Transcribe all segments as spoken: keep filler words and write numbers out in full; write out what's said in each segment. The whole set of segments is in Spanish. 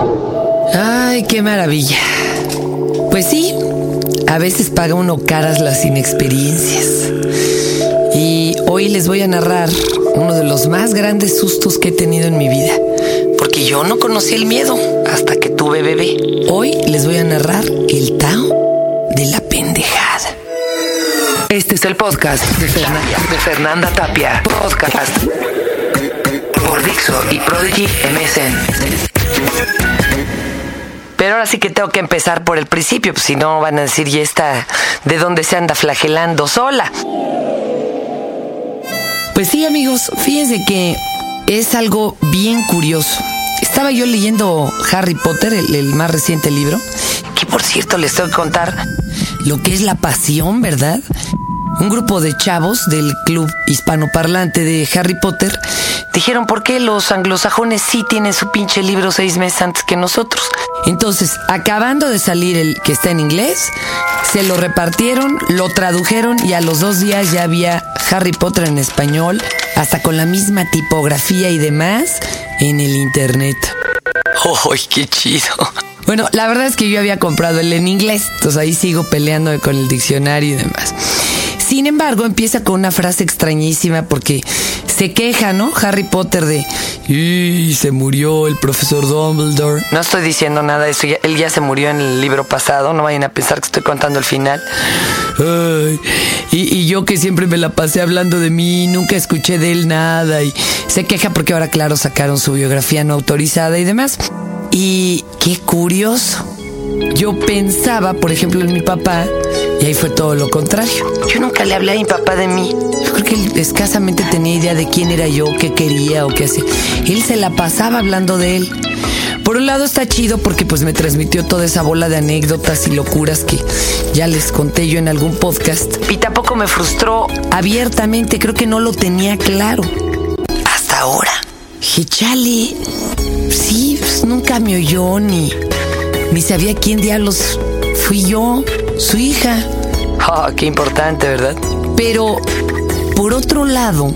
Ay, qué maravilla. Pues sí, a veces paga uno caras las inexperiencias. Y hoy les voy a narrar uno de los más grandes sustos que he tenido en mi vida. Porque yo no conocí el miedo hasta que tuve bebé. Hoy les voy a narrar el Tao de la pendejada. Este es el podcast de Fernanda, de Fernanda Tapia. Podcast por Dixo y Prodigy M S N. Pero ahora sí que tengo que empezar por el principio, pues si no van a decir, ya está, ¿de dónde se anda flagelando sola? Pues sí, amigos, fíjense que es algo bien curioso. Estaba yo leyendo Harry Potter, el, el más reciente libro, que por cierto les tengo que contar lo que es la pasión, ¿verdad? Un grupo de chavos del club hispanoparlante de Harry Potter dijeron, ¿por qué los anglosajones sí tienen su pinche libro seis meses antes que nosotros? Entonces, acabando de salir el que está en inglés, se lo repartieron, lo tradujeron y a los dos días ya había Harry Potter en español, hasta con la misma tipografía y demás, en el internet. ¡Oh, qué chido! Bueno, la verdad es que yo había comprado el en inglés, entonces ahí sigo peleando con el diccionario y demás. Sin embargo, empieza con una frase extrañísima porque se queja, ¿no? Harry Potter de... ¡Y se murió el profesor Dumbledore! No estoy diciendo nada de eso, ya, él ya se murió en el libro pasado, no vayan a pensar que estoy contando el final. Ay, y, y yo que siempre me la pasé hablando de mí, nunca escuché de él nada, y se queja porque ahora, claro, sacaron su biografía no autorizada y demás. Y qué curioso. Yo pensaba, por ejemplo, en mi papá, y ahí fue todo lo contrario. Yo nunca le hablé a mi papá de mí. Yo creo que él escasamente tenía idea de quién era yo, qué quería o qué hacía. Él se la pasaba hablando de él. Por un lado está chido porque pues me transmitió toda esa bola de anécdotas y locuras que ya les conté yo en algún podcast. Y tampoco me frustró abiertamente, creo que no lo tenía claro. Hasta ahora. Dije, chale, sí, pues nunca me oyó ni... Ni sabía quién diablos fui yo, su hija. Oh, qué importante, ¿verdad? Pero, por otro lado,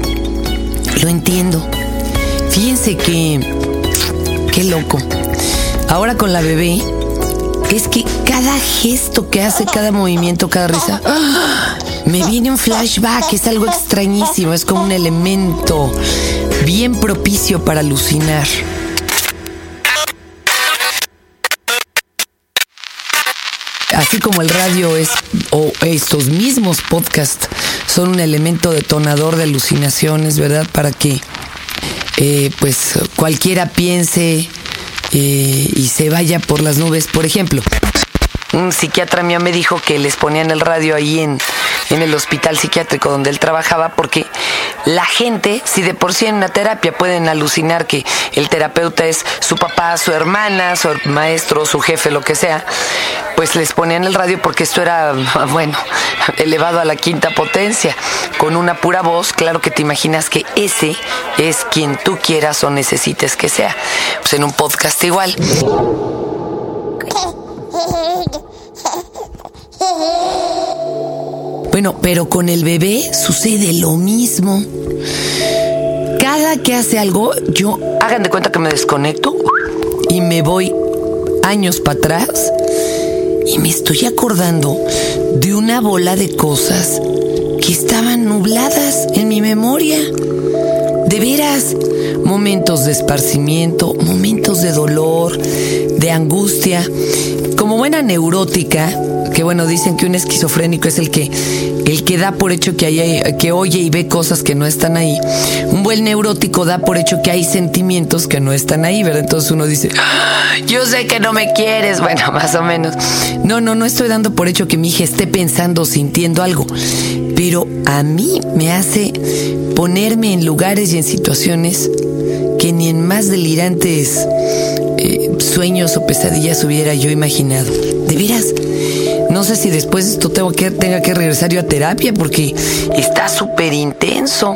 lo entiendo. Fíjense que... Qué loco. Ahora con la bebé, es que cada gesto que hace, cada movimiento, cada risa... ¡Ah! Me viene un flashback, es algo extrañísimo. Es como un elemento bien propicio para alucinar. Así como el radio es, o estos mismos podcasts son un elemento detonador de alucinaciones, ¿verdad? Para que eh, pues cualquiera piense eh, y se vaya por las nubes. Por ejemplo, un psiquiatra mío me dijo que les ponían el radio ahí en, en el hospital psiquiátrico donde él trabajaba porque la gente, si de por sí en una terapia pueden alucinar que el terapeuta es su papá, su hermana, su maestro, su jefe, lo que sea, pues les ponían el radio porque esto era, bueno, elevado a la quinta potencia. Con una pura voz, claro que te imaginas que ese es quien tú quieras o necesites que sea. Pues en un podcast igual. Bueno, pero con el bebé sucede lo mismo. Cada que hace algo, yo, hagan de cuenta que me desconecto y me voy años para atrás y me estoy acordando de una bola de cosas que estaban nubladas en mi memoria. De veras, momentos de esparcimiento, momentos de dolor, de angustia. Como buena neurótica, que bueno, dicen que un esquizofrénico es el que el que da por hecho que hay, que oye y ve cosas que no están ahí. Un buen neurótico da por hecho que hay sentimientos que no están ahí, ¿verdad? Entonces uno dice, yo sé que no me quieres, bueno, más o menos. No, no, no estoy dando por hecho que mi hija esté pensando, sintiendo algo, pero a mí me hace ponerme en lugares y en situaciones que ni en más delirantes eh, sueños o pesadillas hubiera yo imaginado. De veras, no sé si después de esto tengo que, tenga que regresar yo a terapia porque está súper intenso.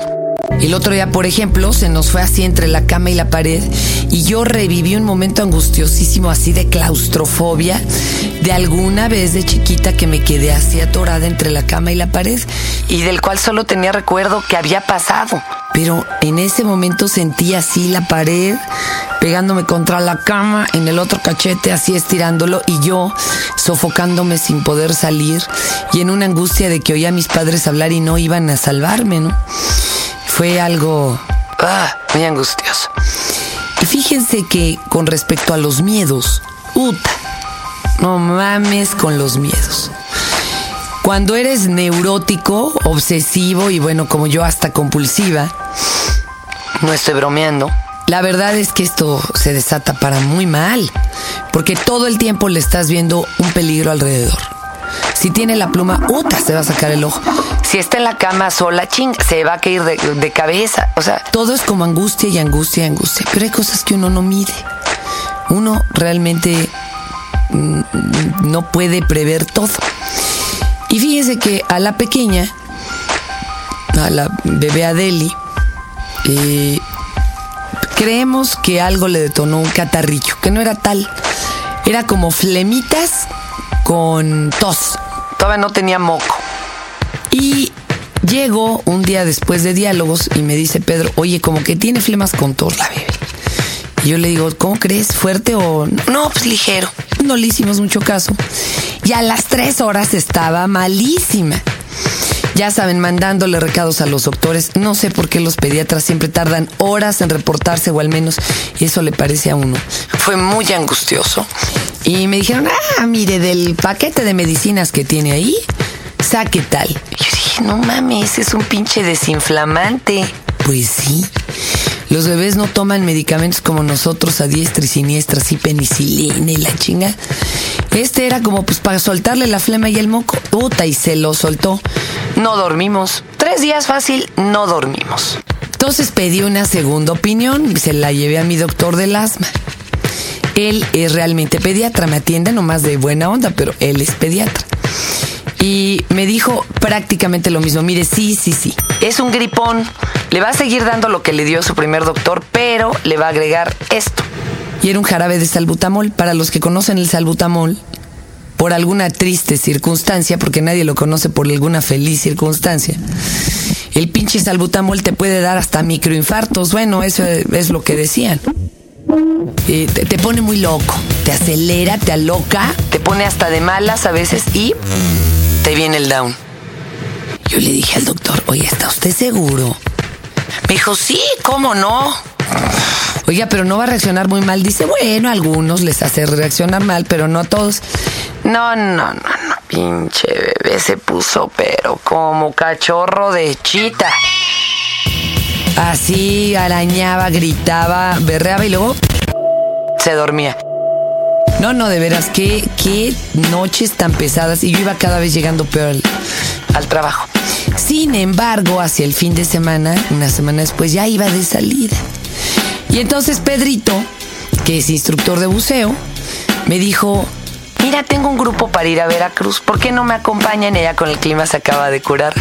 El otro día, por ejemplo, se nos fue así entre la cama y la pared y yo reviví un momento angustiosísimo así de claustrofobia de alguna vez de chiquita que me quedé así atorada entre la cama y la pared y del cual solo tenía recuerdo que había pasado. Pero en ese momento sentí así la pared pegándome contra la cama, en el otro cachete así estirándolo y yo sofocándome sin poder salir y en una angustia de que oía a mis padres hablar y no iban a salvarme, ¿no? Fue algo ah, muy angustioso. Y fíjense que con respecto a los miedos, puta, no mames con los miedos. Cuando eres neurótico, obsesivo y bueno, como yo hasta compulsiva, no estoy bromeando, la verdad es que esto se desata para muy mal, porque todo el tiempo le estás viendo un peligro alrededor. Si tiene la pluma, puta, se va a sacar el ojo. Si está en la cama sola, ching, se va a caer de, de cabeza. O sea, todo es como angustia y angustia y angustia. Pero hay cosas que uno no mide. Uno realmente mm, no puede prever todo. Y fíjense que a la pequeña, a la bebé Adeli, eh, creemos que algo le detonó un catarrillo, que no era tal. Era como flemitas con tos. Todavía no tenía moco. Y llego un día después de diálogos y me dice Pedro, oye, como que tiene flemas con tos la bebé. Y yo le digo, ¿cómo crees? ¿Fuerte o no? No, pues ligero. No le hicimos mucho caso. Y a las tres horas estaba malísima. Ya saben, mandándole recados a los doctores. No sé por qué los pediatras siempre tardan horas en reportarse, o al menos eso le parece a uno. Fue muy angustioso. Y me dijeron, ah, mire, del paquete de medicinas que tiene ahí, saque tal. Y yo dije, no mames, es un pinche desinflamante. Pues sí. Los bebés no toman medicamentos como nosotros a diestra y siniestra, así penicilina y la chinga. Este era como pues para soltarle la flema y el moco. Puta, y se lo soltó. No dormimos. Tres días fácil, no dormimos. Entonces pedí una segunda opinión y se la llevé a mi doctor del asma. Él es realmente pediatra, me atiende nomás de buena onda, pero él es pediatra. Y me dijo prácticamente lo mismo. Mire, sí, sí, sí, es un gripón. Le va a seguir dando lo que le dio su primer doctor, pero le va a agregar esto. Y era un jarabe de salbutamol. Para los que conocen el salbutamol, por alguna triste circunstancia, porque nadie lo conoce por alguna feliz circunstancia, el pinche salbutamol te puede dar hasta microinfartos. Bueno, eso es lo que decían. Eh, te, te pone muy loco, te acelera, te aloca, te pone hasta de malas a veces y te viene el down. Yo le dije al doctor, oye, ¿está usted seguro? Me dijo, sí, ¿cómo no? Oiga, pero no va a reaccionar muy mal. Dice, bueno, a algunos les hace reaccionar mal, pero no a todos. No, no, no, no, pinche bebé se puso, pero como cachorro de chita. Así arañaba, gritaba, berreaba y luego se dormía. No, no, de veras, qué, qué noches tan pesadas. Y yo iba cada vez llegando peor al, al trabajo. Sin embargo, hacia el fin de semana, una semana después, ya iba de salida. Y entonces Pedrito, que es instructor de buceo, me dijo, mira, tengo un grupo para ir a Veracruz. ¿Por qué no me acompañan? Ella con el clima se acaba de curar.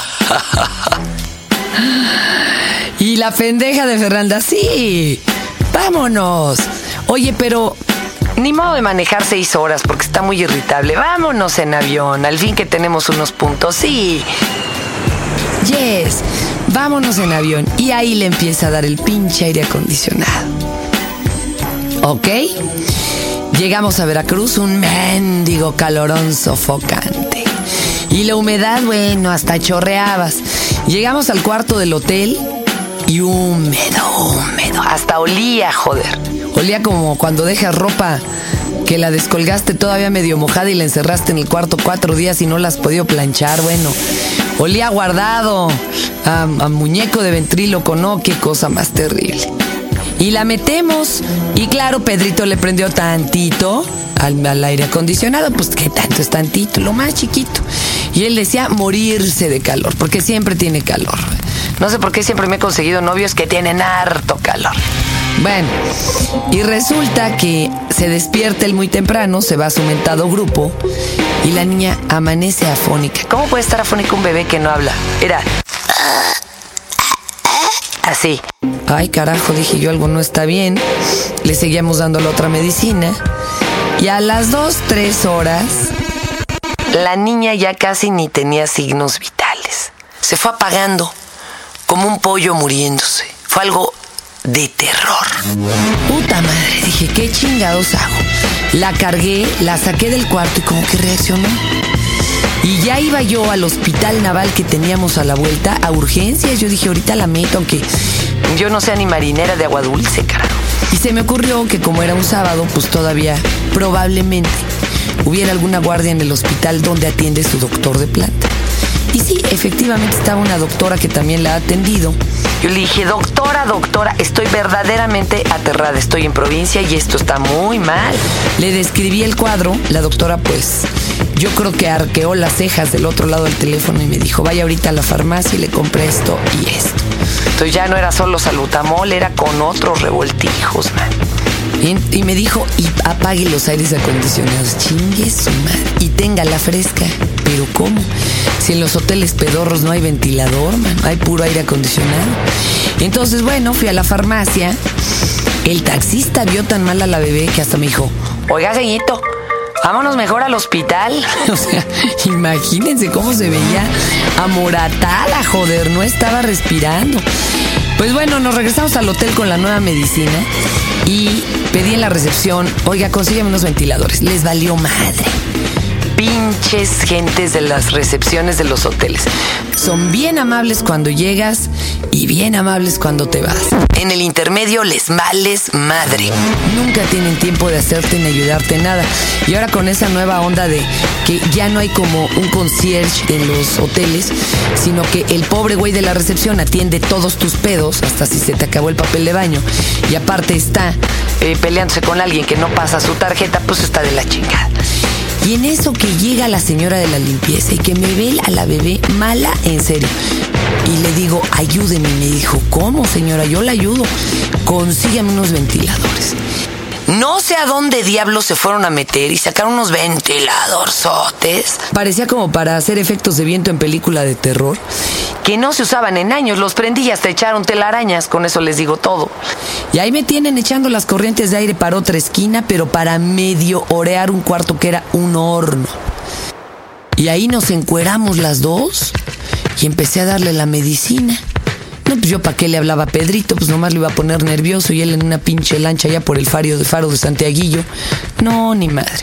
Y la pendeja de Fernanda, sí, vámonos. Oye, pero ni modo de manejar seis horas porque está muy irritable. Vámonos en avión, al fin que tenemos unos puntos, sí. Yes, vámonos en avión. Y ahí le empieza a dar el pinche aire acondicionado. ¿Ok? Llegamos a Veracruz, un mendigo calorón sofocante. Y la humedad, bueno, hasta chorreabas. Llegamos al cuarto del hotel y húmedo, húmedo. Hasta olía, joder. Olía como cuando dejas ropa que la descolgaste todavía medio mojada y la encerraste en el cuarto cuatro días y no la has podido planchar. Bueno, olía guardado a, a muñeco de ventríloco, no, qué cosa más terrible. Y la metemos y claro, Pedrito le prendió tantito al, al aire acondicionado, pues qué tanto es tantito, lo más chiquito. Y él decía morirse de calor, porque siempre tiene calor. No sé por qué siempre me he conseguido novios que tienen harto calor. Bueno, y resulta que se despierta él muy temprano, se va a su mentado grupo y la niña amanece afónica. ¿Cómo puede estar afónica un bebé que no habla? Era... así. Ay, carajo, dije yo, algo no está bien. Le seguíamos dando la otra medicina. Y a las dos, tres horas, la niña ya casi ni tenía signos vitales. Se fue apagando, como un pollo muriéndose. Fue algo de terror. Puta madre, dije, ¿qué chingados hago? La cargué, la saqué del cuarto y como que reaccionó. Y ya iba yo al hospital naval que teníamos a la vuelta, a urgencias. Yo dije, ahorita la meto, aunque yo no sea ni marinera de agua dulce, carajo. Y se me ocurrió que como era un sábado, pues todavía, probablemente, hubiera alguna guardia en el hospital donde atiende su doctor de planta. Y sí, efectivamente estaba una doctora que también la ha atendido. Yo le dije, doctora, doctora, estoy verdaderamente aterrada, estoy en provincia y esto está muy mal. Le describí el cuadro, la doctora pues, yo creo que arqueó las cejas del otro lado del teléfono y me dijo, vaya ahorita a la farmacia y le compré esto y esto. Entonces ya no era solo salbutamol, era con otros revoltijos, man. Y, y me dijo, y apague los aires acondicionados, chingue su madre, y téngala fresca. ¿Pero cómo? Si en los hoteles pedorros no hay ventilador, man, hay puro aire acondicionado. Entonces, bueno, fui a la farmacia. El taxista vio tan mal a la bebé que hasta me dijo, oiga, señorito, vámonos mejor al hospital. O sea, imagínense cómo se veía amoratada, joder, no estaba respirando. Pues bueno, nos regresamos al hotel con la nueva medicina y pedí en la recepción, oiga, consígueme unos ventiladores. Les valió madre. Pinches gentes de las recepciones de los hoteles. Son bien amables cuando llegas y bien amables cuando te vas. En el intermedio les vales madre. Nunca tienen tiempo de hacerte ni ayudarte en nada. Y ahora con esa nueva onda de que ya no hay como un concierge en los hoteles, sino que el pobre güey de la recepción atiende todos tus pedos, hasta si se te acabó el papel de baño. Y aparte está eh, peleándose con alguien que no pasa su tarjeta, pues está de la chingada. Y en eso que llega la señora de la limpieza y que me ve a la bebé mala en serio. Y le digo, ayúdeme. Me dijo, ¿cómo, señora? Yo la ayudo. Consígame unos ventiladores. No sé a dónde diablos se fueron a meter y sacaron unos ventiladorzotes. Parecía como para hacer efectos de viento en película de terror, que no se usaban en años. Los prendí y hasta echaron telarañas. Con eso les digo todo. Y ahí me tienen echando las corrientes de aire para otra esquina, pero para medio orear un cuarto que era un horno. Y ahí nos encueramos las dos y empecé a darle la medicina. No, pues yo para qué le hablaba a Pedrito, pues nomás le iba a poner nervioso y él en una pinche lancha allá por el faro de, faro de Santiaguillo. No, ni madre.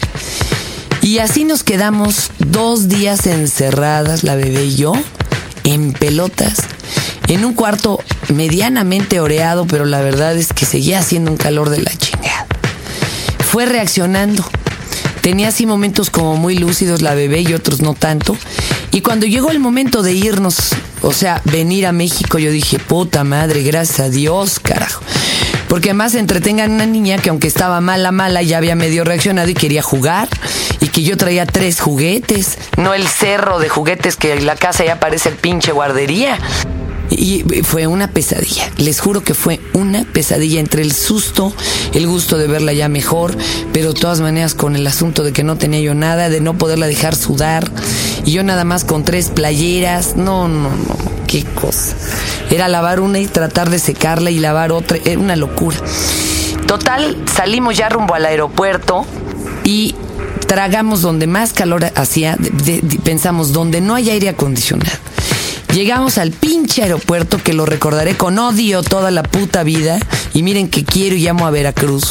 Y así nos quedamos dos días encerradas, la bebé y yo, en pelotas, en un cuarto medianamente oreado, pero la verdad es que seguía haciendo un calor de la chingada. Fue reaccionando. Tenía así momentos como muy lúcidos la bebé y otros no tanto. Y cuando llegó el momento de irnos, o sea, venir a México, yo dije, puta madre, gracias a Dios, carajo. Porque además se entretengan una niña que aunque estaba mala, mala, ya había medio reaccionado y quería jugar. Y que yo traía tres juguetes, no el cerro de juguetes que en la casa ya parece el pinche guardería. Y fue una pesadilla, les juro que fue una pesadilla, entre el susto, el gusto de verla ya mejor, pero de todas maneras con el asunto de que no tenía yo nada, de no poderla dejar sudar, y yo nada más con tres playeras, no, no, no, qué cosa. Era lavar una y tratar de secarla y lavar otra, era una locura. Total, salimos ya rumbo al aeropuerto y tragamos donde más calor hacía, de, de, de, pensamos donde no hay aire acondicionado. Llegamos al pinche aeropuerto que lo recordaré con odio toda la puta vida. Y miren que quiero y llamo a Veracruz.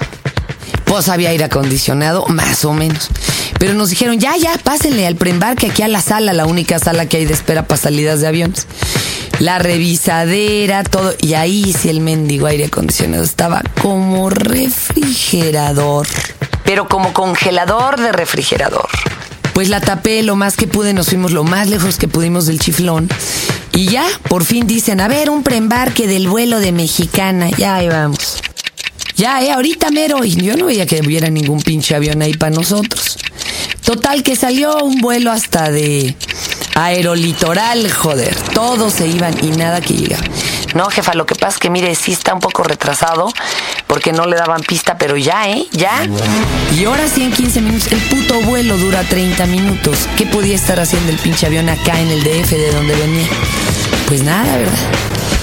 Pues había aire acondicionado, más o menos. Pero nos dijeron, ya, ya, pásenle al preembarque aquí a la sala, la única sala que hay de espera para salidas de aviones. La revisadera, todo. Y ahí sí el mendigo aire acondicionado estaba como refrigerador. Pero como congelador de refrigerador. Pues la tapé lo más que pude, nos fuimos lo más lejos que pudimos del chiflón. Y ya, por fin dicen, a ver, un preembarque del vuelo de Mexicana. Ya, ahí vamos. Ya, eh, ahorita mero. Y yo no veía que hubiera ningún pinche avión ahí para nosotros. Total, que salió un vuelo hasta de Aerolitoral, joder. Todos se iban y nada que llegaba. No, jefa, lo que pasa es que, mire, sí está un poco retrasado porque no le daban pista, pero ya, ¿eh? Ya. Y ahora sí en quince minutos. El puto vuelo dura treinta minutos. ¿Qué podía estar haciendo el pinche avión acá en el D F de donde venía? Pues nada, ¿verdad?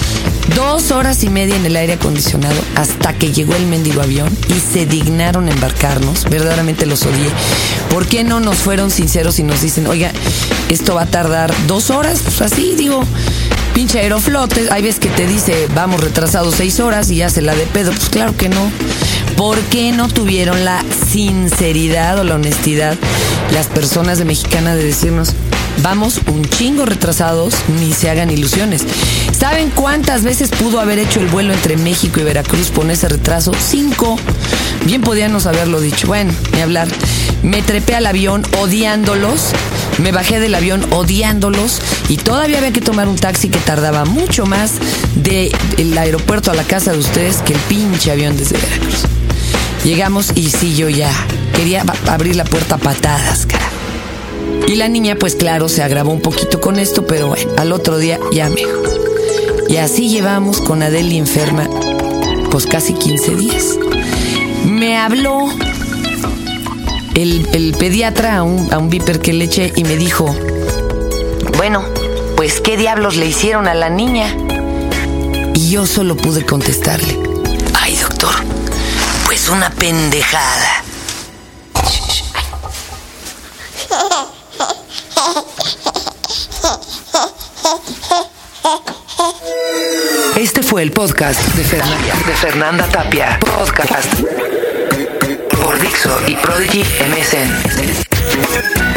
Dos horas y media en el aire acondicionado hasta que llegó el mendigo avión y se dignaron embarcarnos. Verdaderamente los odié. ¿Por qué no nos fueron sinceros y nos dicen, oiga, esto va a tardar dos horas? Pues así, digo, pinche Aeroflot. Hay veces que te dice, vamos retrasados seis horas y ya se la de pedo. Pues claro que no. ¿Por qué no tuvieron la sinceridad o la honestidad las personas de Mexicana de decirnos, vamos un chingo retrasados, ni se hagan ilusiones? ¿Saben cuántas veces pudo haber hecho el vuelo entre México y Veracruz con ese retraso? Cinco. Bien podíamos haberlo dicho. Bueno, ni hablar. Me trepé al avión odiándolos, me bajé del avión odiándolos y todavía había que tomar un taxi que tardaba mucho más del aeropuerto a la casa de ustedes que el pinche avión desde Veracruz. Llegamos y sí, yo ya quería abrir la puerta a patadas, cara. Y la niña, pues claro, se agravó un poquito con esto, pero bueno, al otro día ya mejor. Y así llevamos con Adeli enferma, pues casi quince días. Me habló el, el pediatra a un, a un viper que le eché y me dijo, bueno, pues ¿qué diablos le hicieron a la niña? Y yo solo pude contestarle, ay, doctor, pues una pendejada. Este fue el podcast de Fernanda, de Fernanda Tapia. Podcast por Dixo y Prodigy M S N.